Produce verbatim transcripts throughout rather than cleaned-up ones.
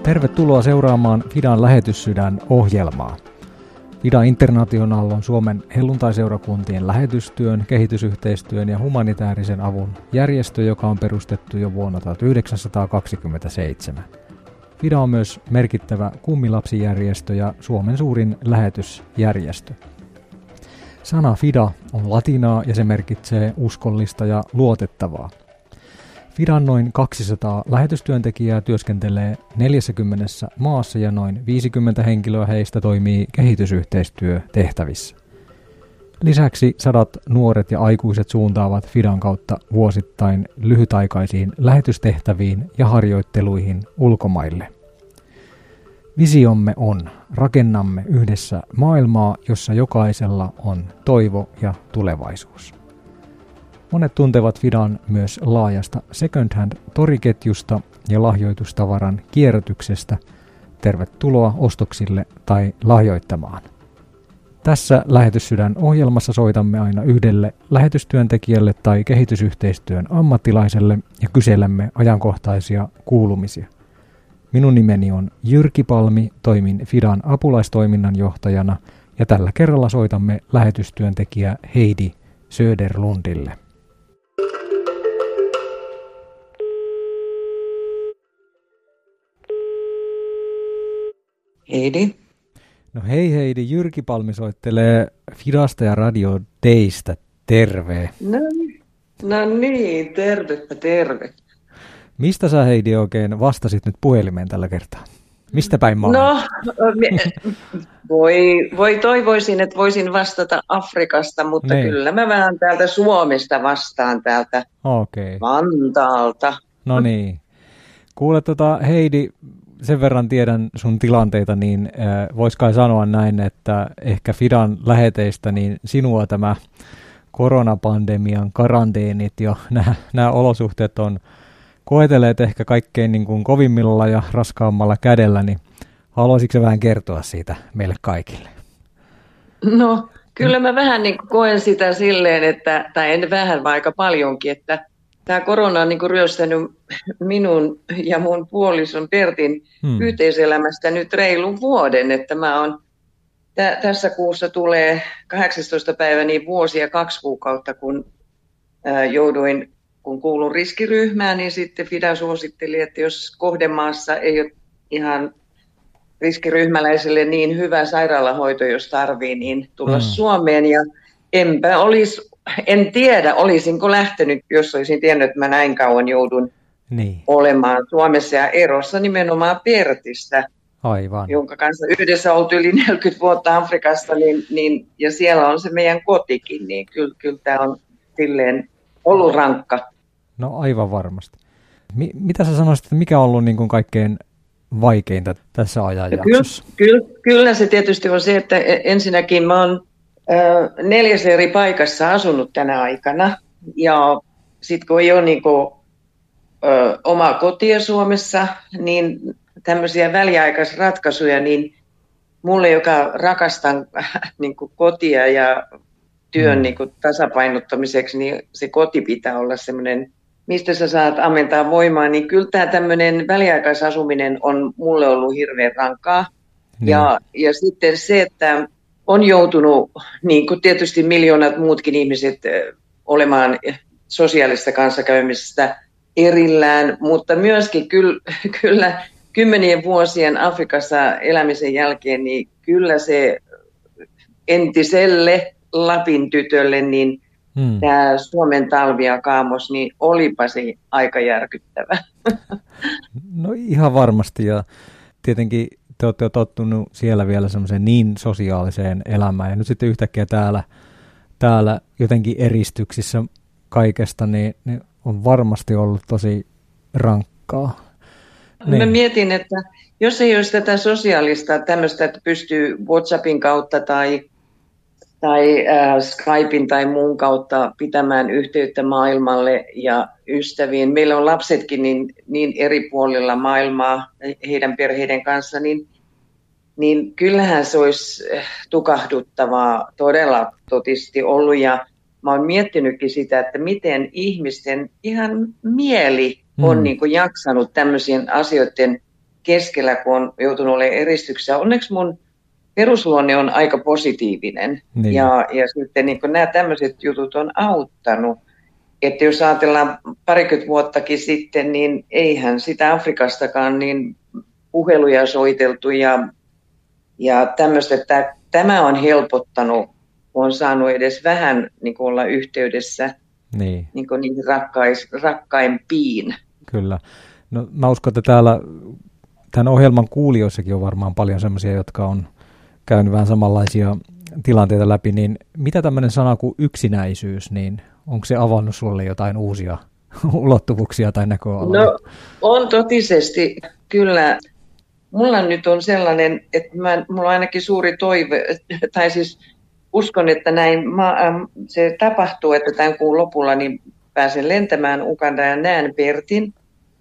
Tervetuloa seuraamaan Fidan Lähetyssydän-ohjelmaa. Fida International on Suomen helluntaiseurakuntien lähetystyön, kehitysyhteistyön ja humanitaarisen avun järjestö, joka on perustettu jo vuonna tuhatyhdeksänsataakaksikymmentäseitsemän. Fida on myös merkittävä kummilapsijärjestö ja Suomen suurin lähetysjärjestö. Sana Fida on latinaa ja se merkitsee uskollista ja luotettavaa. Fidan noin kaksisataa lähetystyöntekijää työskentelee neljässäkymmenessä maassa ja noin viisikymmentä henkilöä heistä toimii kehitysyhteistyötehtävissä. Lisäksi sadat nuoret ja aikuiset suuntaavat Fidan kautta vuosittain lyhytaikaisiin lähetystehtäviin ja harjoitteluihin ulkomaille. Visiomme on: rakennamme yhdessä maailmaa, jossa jokaisella on toivo ja tulevaisuus. Monet tuntevat Fidan myös laajasta second hand toriketjusta ja lahjoitustavaran kierrätyksestä. Tervetuloa ostoksille tai lahjoittamaan. Tässä Lähetyssydän-ohjelmassa soitamme aina yhdelle lähetystyöntekijälle tai kehitysyhteistyön ammattilaiselle ja kyselemme ajankohtaisia kuulumisia. Minun nimeni on Jyrki Palmi, toimin Fidan apulaistoiminnan johtajana ja tällä kerralla soitamme lähetystyöntekijä Heidi Söderlundille. Heidi. No hei Heidi, Jyrki Palmi soittelee Fidasta ja Radio Daystä. Terve. No, no niin, tervepä terve. Mistä sä Heidi oikein vastasit nyt puhelimeen tällä kertaa? Mistä päin maa? No, voi, voi toivoisin, että voisin vastata Afrikasta, mutta ne. Kyllä mä vähän täältä Suomesta vastaan täältä okay. Vantaalta. No niin. Kuule tota, Heidi, sen verran tiedän sun tilanteita, niin äh, vois kai sanoa näin, että ehkä Fidan läheteistä, niin sinua tämä koronapandemian karanteenit ja nämä olosuhteet on koeteleet ehkä kaikkein niin kuin kovimmilla ja raskaammalla kädellä, niin haluaisitko sä vähän kertoa siitä meille kaikille? No, kyllä mä vähän niin kuin koen sitä silleen, että, tai en vähän, vaan aika paljonkin, että tämä korona on niin kuin ryöstänyt minun ja mun puolison Pertin hmm. yhteiselämästä nyt reilun vuoden, että mä oon, tä, tässä kuussa tulee kahdeksastoista päivä niin vuosi ja kaksi kuukautta, kun ää, jouduin, kun kuulun riskiryhmään, niin sitten Fida suositteli, että jos kohdemaassa ei ole ihan riskiryhmäläiselle niin hyvä sairaalahoito, jos tarvii, niin tulla hmm. Suomeen ja enpä olisi. En tiedä, olisinko lähtenyt, jos olisin tiennyt, että mä näin kauan joudun niin. olemaan Suomessa ja erossa nimenomaan Pertistä, Aivan. jonka kanssa yhdessä oltu yli neljäkymmentä vuotta Afrikasta, niin, niin, ja siellä on se meidän kotikin, niin kyllä, kyllä tämä on silleen ollut rankka. No aivan varmasti. Mi- mitä sä sanoisit, että mikä on ollut niin kuin kaikkein vaikeinta tässä ajanjaksossa? Kyllä, kyllä, kyllä se tietysti on se, että ensinnäkin mä oon neljäs eri paikassa asunut tänä aikana ja sitten kun ei ole niinku, ö, omaa kotia Suomessa, niin tämmöisiä väliaikaisratkaisuja, niin mulle, joka rakastan niinku, kotia ja työn mm. niinku, tasapainottamiseksi, niin se koti pitää olla semmoinen, mistä sä saat ammentaa voimaa, niin kyllä tämä tämmöinen väliaikaisasuminen on mulle ollut hirveän rankkaa. Mm. Ja, ja sitten se, että on joutunut, niin kuin tietysti miljoonat muutkin ihmiset, olemaan sosiaalista kanssakäymisestä erillään, mutta myöskin kyllä, kyllä kymmenien vuosien Afrikassa elämisen jälkeen, niin kyllä se entiselle Lapin tytölle, niin hmm. tämä Suomen talvi ja kaamos, niin olipa se aika järkyttävä. No ihan varmasti ja tietenkin te olette jo tottunut siellä vielä semmoiseen niin sosiaaliseen elämään ja nyt sitten yhtäkkiä täällä, täällä jotenkin eristyksissä kaikesta, niin, niin on varmasti ollut tosi rankkaa. Niin. Mä mietin, että jos ei olisi tätä sosiaalista tämmöistä, että pystyy WhatsAppin kautta tai, tai äh, Skypein tai muun kautta pitämään yhteyttä maailmalle ja ystäviin. Meillä on lapsetkin niin, niin eri puolilla maailmaa heidän perheiden kanssa, niin, niin kyllähän se olisi tukahduttavaa todella totisesti ollut. Ja mä oon miettinytkin sitä, että miten ihmisten ihan mieli on mm. niin kuin jaksanut tämmöisien asioiden keskellä, kun on joutunut olemaan eristyksissä. Onneksi mun perusluonne on aika positiivinen. Niin. Ja, ja sitten niin nämä tämmöiset jutut on auttanut. Että jos ajatellaan parikymmentä vuottakin sitten, niin eihän sitä Afrikastakaan niin puheluja soiteltu ja, ja tämmöistä, että tämä on helpottanut, kun on saanut edes vähän niin kuin olla yhteydessä niin. Niin kuin niihin rakkais, rakkaimpiin. Kyllä. No, mä uskon, että täällä tämän ohjelman kuulijoissakin on varmaan paljon sellaisia, jotka on käynyt vähän samanlaisia tilanteita läpi, niin mitä tämmöinen sana kuin yksinäisyys, niin onko se avannut sulle jotain uusia ulottuvuuksia tai näköaloja? No on totisesti, kyllä. Mulla nyt on sellainen, että mä, mulla on ainakin suuri toive, tai siis uskon, että näin mä, se tapahtuu, että tämän kuun lopulla niin pääsen lentämään Ugandaan ja näen Bertin.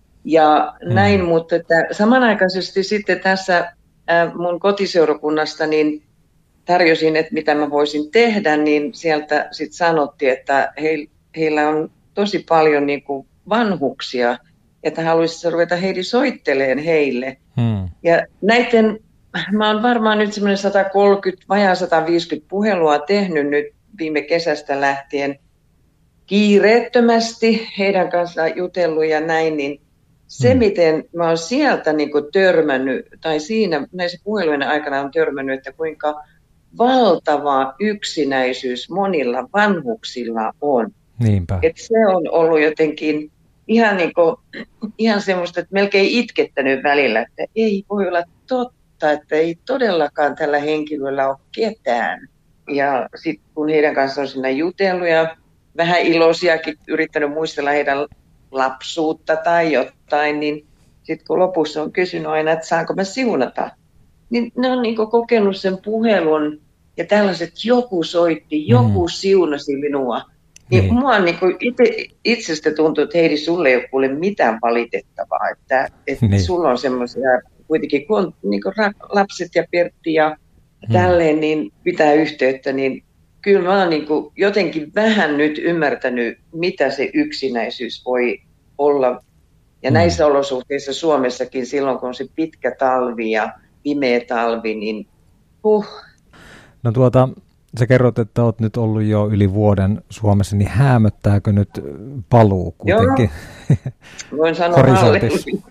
Ja hmm. näin, mutta että samanaikaisesti sitten tässä mun kotiseurakunnasta niin tarjosin, että mitä mä voisin tehdä, niin sieltä sitten sanottiin, että heillä on tosi paljon niin kuin vanhuksia, että haluaisi ruveta heidi soitteleen heille. Hmm. Ja näiden, mä oon varmaan nyt semmoinen sata kolmekymmentä, vajaa sata viisikymmentä puhelua tehnyt nyt viime kesästä lähtien kiireettömästi heidän kanssaan jutellut ja näin, niin se, hmm. miten mä oon sieltä niin kuin törmännyt, tai siinä näissä puhelujen aikana on törmännyt, että kuinka valtava yksinäisyys monilla vanhuksilla on. Niinpä. Et se on ollut jotenkin ihan, niin kuin, ihan semmoista, että melkein itkettänyt välillä, että ei voi olla totta, että ei todellakaan tällä henkilöllä ole ketään. Ja sitten kun heidän kanssaan on siinä jutellut ja vähän iloisiakin yrittänyt muistella heidän lapsuutta tai jotain, niin sitten kun lopussa on kysynyt aina, että saanko mä siunata, niin ne on niin kuin kokenut sen puhelun ja tällaiset, joku soitti, joku mm. siunasi minua. Niin, niin. Mua niin kuin itse, itsestä tuntuu, että Heidi, sulle ei ole kuule mitään valitettavaa, että, että niin. Sulla on semmoisia, kuitenkin kun on niin kuin lapset ja Pertti ja mm. tälleen, niin pitää yhteyttä, niin kyllä mä oon niin kuin jotenkin vähän nyt ymmärtänyt, mitä se yksinäisyys voi olla. Ja mm. näissä olosuhteissa Suomessakin silloin, kun on se pitkä talvi ja pimeä talvi, niin huh. No tuota, sä kerrot, että oot nyt ollut jo yli vuoden Suomessa, niin häämöttääkö nyt paluu kuitenkin? Joo, voin sanoa halleluja.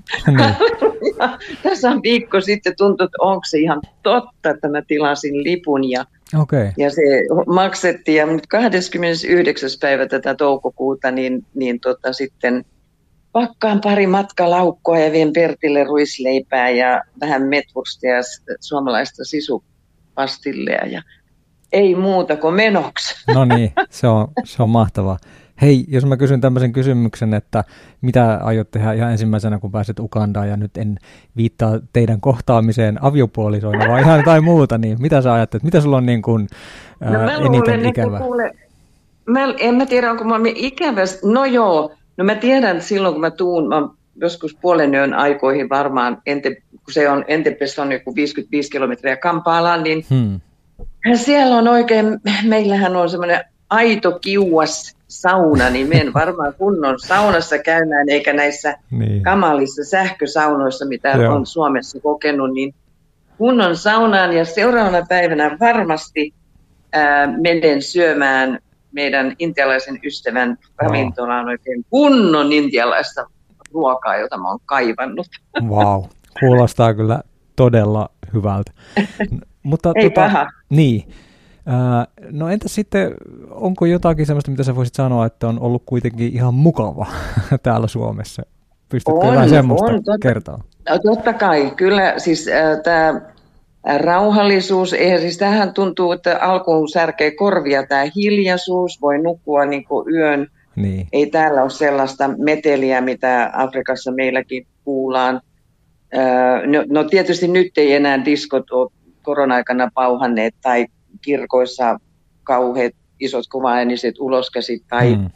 Tässä on viikko sitten tuntui, että onko se ihan totta, että mä tilasin lipun ja, okay. ja se maksettiin. Ja kahdeskymmenesyhdeksäs päivä tätä toukokuuta, niin, niin tota sitten pakkaan pari matkalaukkoa ja vien Pertille ruisleipää ja vähän metvurstia ja suomalaista sisupastilleja ja ei muuta kuin menoksi. No niin, se on, se on mahtavaa. Hei, jos mä kysyn tämmöisen kysymyksen, että mitä aiot tehdä ihan ensimmäisenä, kun pääset Ugandaan, ja nyt en viittaa teidän kohtaamiseen aviopuolisoina, vaan ihan jotain muuta, niin mitä sä ajattelet? Mitä sulla on niin kuin, ää, no eniten luulen, ikävä? Kuule, mä, en mä tiedä, onko mä ikävä. No joo, no mä tiedän, että silloin kun mä tuun, mä joskus puolen yön aikoihin varmaan, ente, kun se on Entebbestä on joku viisikymmentäviisi kilometriä Kampaalaan, niin hmm. siellä on oikein, meillähän on semmoinen aito kiuas sauna, niin men varmaan kunnon saunassa käymään, eikä näissä niin. kamalissa sähkösaunoissa, mitä Joo. on Suomessa kokenut, niin kunnon saunaan ja seuraavana päivänä varmasti ää, menen syömään meidän intialaisen ystävän ravintolaan oikein kunnon intialaista ruokaa, jota mä oon kaivannut. Vau, wow. Kuulostaa kyllä todella hyvältä. Mutta, Ei tota, paha. Niin. Äh, no entäs sitten, onko jotakin sellaista, mitä sä voisit sanoa, että on ollut kuitenkin ihan mukava täällä Suomessa? Pystytkö on, jotain semmoista on, totta, kertoa? Totta kai, kyllä siis äh, tämä rauhallisuus, eihän siis tähän tuntuu, että alkuun särkee korvia tämä hiljaisuus, voi nukkua niin kuin yön. Niin. Ei täällä ole sellaista meteliä, mitä Afrikassa meilläkin kuullaan. Äh, no, no tietysti nyt ei enää diskot ole korona-aikana pauhanneet tai kirkoissa kauheat isot kuvaääniset uloskäsit tai mm.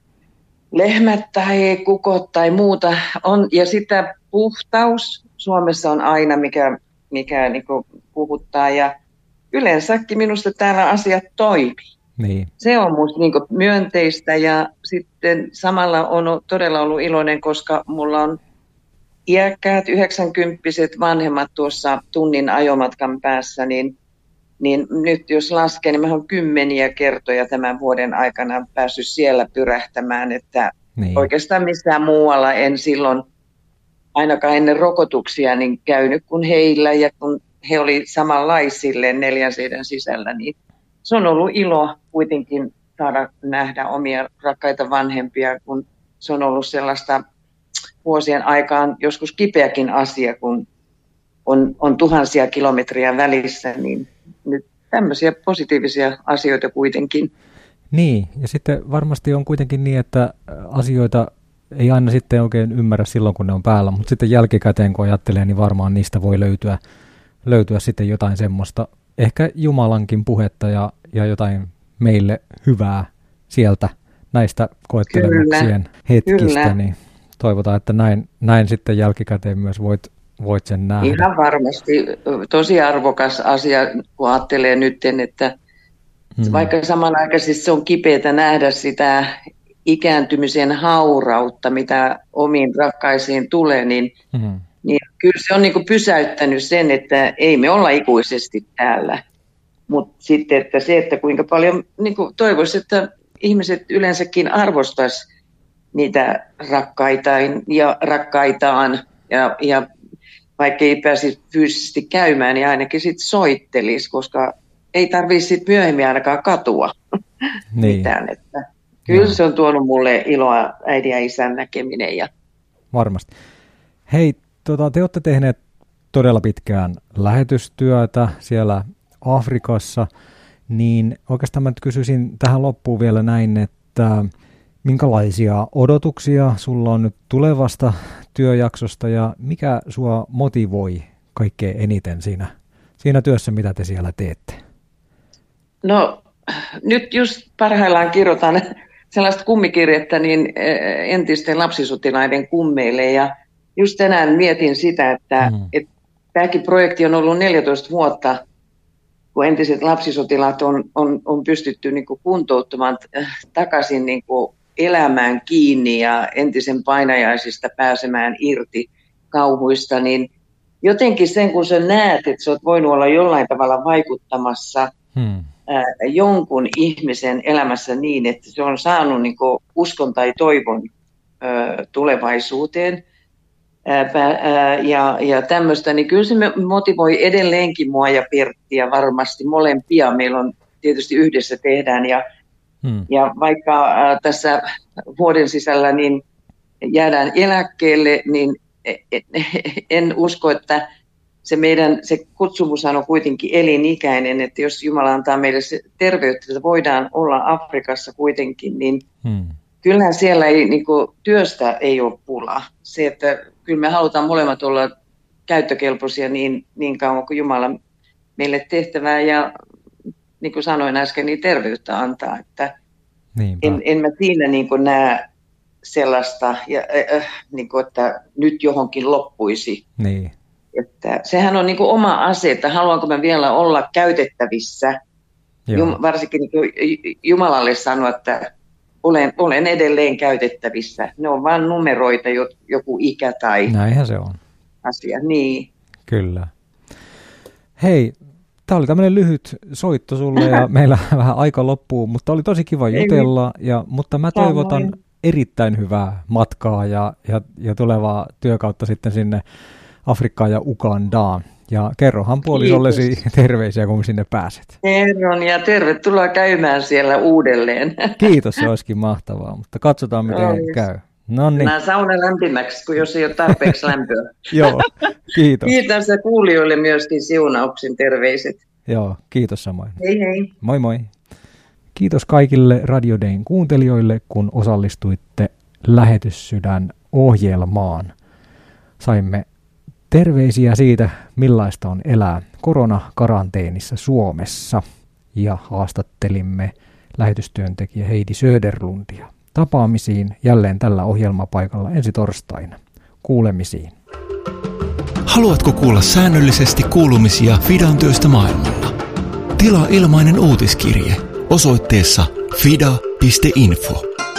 lehmät tai kukot tai muuta on. Ja sitä puhtaus Suomessa on aina, mikä, mikä niin kuin puhuttaa ja yleensäkin minusta täällä asiat toimii. Niin. Se on musta niin kuin myönteistä ja sitten samalla on todella ollut iloinen, koska mulla on iäkkäät, yhdeksänkymppiset vanhemmat tuossa tunnin ajomatkan päässä, niin, niin nyt jos laskee, niin mä olen kymmeniä kertoja tämän vuoden aikana päässyt siellä pyrähtämään, että niin. Oikeastaan missään muualla en silloin, ainakaan ennen rokotuksia, niin käynyt kuin heillä, ja kun he oli samanlaisille neljän seinän sisällä, niin se on ollut ilo kuitenkin saada nähdä omia rakkaita vanhempia, kun se on ollut sellaista vuosien aikaan joskus kipeäkin asia, kun on, on tuhansia kilometriä välissä, niin nyt tämmöisiä positiivisia asioita kuitenkin. Niin, ja sitten varmasti on kuitenkin niin, että asioita ei aina sitten oikein ymmärrä silloin, kun ne on päällä, mutta sitten jälkikäteen, kun ajattelee, niin varmaan niistä voi löytyä, löytyä sitten jotain semmoista, ehkä Jumalankin puhetta ja, ja jotain meille hyvää sieltä näistä koettelemuksien hetkistä, Kyllä. niin toivotaan, että näin, näin sitten jälkikäteen myös voit, voit sen nähdä. Ihan varmasti. Tosi arvokas asia, kun ajattelee nyt, että hmm. vaikka samanaikaisesti se on kipeätä nähdä sitä ikääntymisen haurautta, mitä omiin rakkaisiin tulee, niin, hmm. niin kyllä se on niin kuin pysäyttänyt sen, että ei me olla ikuisesti täällä. Mutta sitten että se, että kuinka paljon niin kuin toivoisi, että ihmiset yleensäkin arvostaisi niitä rakkaitain ja rakkaitaan ja, ja vaikka ei pääsisi fyysisesti käymään, niin ainakin sitten soittelisi, koska ei tarvitse sitten myöhemmin ainakaan katua niin. mitään. Että kyllä no. se on tuonut mulle iloa äidin ja isän näkeminen. Ja... Varmasti. Hei, tota, te olette tehneet todella pitkään lähetystyötä siellä Afrikassa, niin oikeastaan mä nyt kysyisin tähän loppuun vielä näin, että minkälaisia odotuksia sulla on nyt tulevasta työjaksosta ja mikä sua motivoi kaikkein eniten siinä, siinä työssä, mitä te siellä teette? No nyt just parhaillaan kirjoitan sellaista kummikirjettä niin entisten lapsisotilaiden kummeille ja just tänään mietin sitä, että, mm. että tämäkin projekti on ollut neljätoista vuotta, kun entiset lapsisotilaat on, on, on pystytty niin kuin kuntouttamaan takaisin niin kuin elämään kiinni ja entisen painajaisista pääsemään irti kauhuista, niin jotenkin sen, kun sä näet, että sä oot voinut olla jollain tavalla vaikuttamassa hmm. ää, jonkun ihmisen elämässä niin, että se on saanut niin kuin uskon tai toivon ää, tulevaisuuteen ää, ää, ja, ja tämmöistä, niin kyllä se motivoi edelleenkin mua ja Perttiä varmasti molempia. Meillä on tietysti yhdessä tehdään ja Hmm. Ja vaikka äh, tässä vuoden sisällä niin jäädään eläkkeelle, niin en usko, että se meidän se kutsumushan on kuitenkin elinikäinen, että jos Jumala antaa meille se terveyttä, että voidaan olla Afrikassa kuitenkin, niin hmm. kyllähän siellä ei, niin kuin, työstä ei ole pula. Se, että kyllä me halutaan molemmat olla käyttökelpoisia niin, niin kauan kuin Jumala meille tehtävää ja niin kuin sanoin äsken, niin terveyttä antaa, että en, en mä siinä niin kuin näe sellaista, ja, äh, niin kuin, että nyt johonkin loppuisi. Niin. Että sehän on niin kuin oma ase, että haluanko mä vielä olla käytettävissä, Jum, varsinkin niin kuin Jumalalle sanoa, että olen, olen edelleen käytettävissä. Ne on vain numeroita, joku ikä tai Näinhän se on. asia. Niin. Kyllä. Hei, tämä oli tämmöinen lyhyt soitto sulle ja meillä vähän aika loppuu, mutta oli tosi kiva jutella, ja, mutta mä toivotan Samoin. erittäin hyvää matkaa ja, ja, ja tulevaa työkautta sitten sinne Afrikkaan ja Ugandaan. Ja kerrohan puolisollesi terveisiä, kun sinne pääset. Kerron ja tervetuloa käymään siellä uudelleen. Kiitos, se olisikin mahtavaa, mutta katsotaan miten no, käy. Noniin. Mä sauna lämpimäksi, kun jos ei ole tarpeeksi lämpöä. Joo, kiitos. Kiitos ja kuulijoille myöskin siunauksen terveiset. Joo, kiitos samoin. Hei hei. Moi moi. Kiitos kaikille Radio Dayn kuuntelijoille, kun osallistuitte Lähetyssydän ohjelmaan. Saimme terveisiä siitä, millaista on elää koronakaranteenissa Suomessa, ja haastattelimme lähetystyöntekijä Heidi Söderlundia. Tapaamisiin jälleen tällä ohjelmapaikalla ensi torstaina. Kuulemisiin. Haluatko kuulla säännöllisesti kuulumisia Fidan työstä maailmalla? Tilaa ilmainen uutiskirje osoitteessa fida piste info.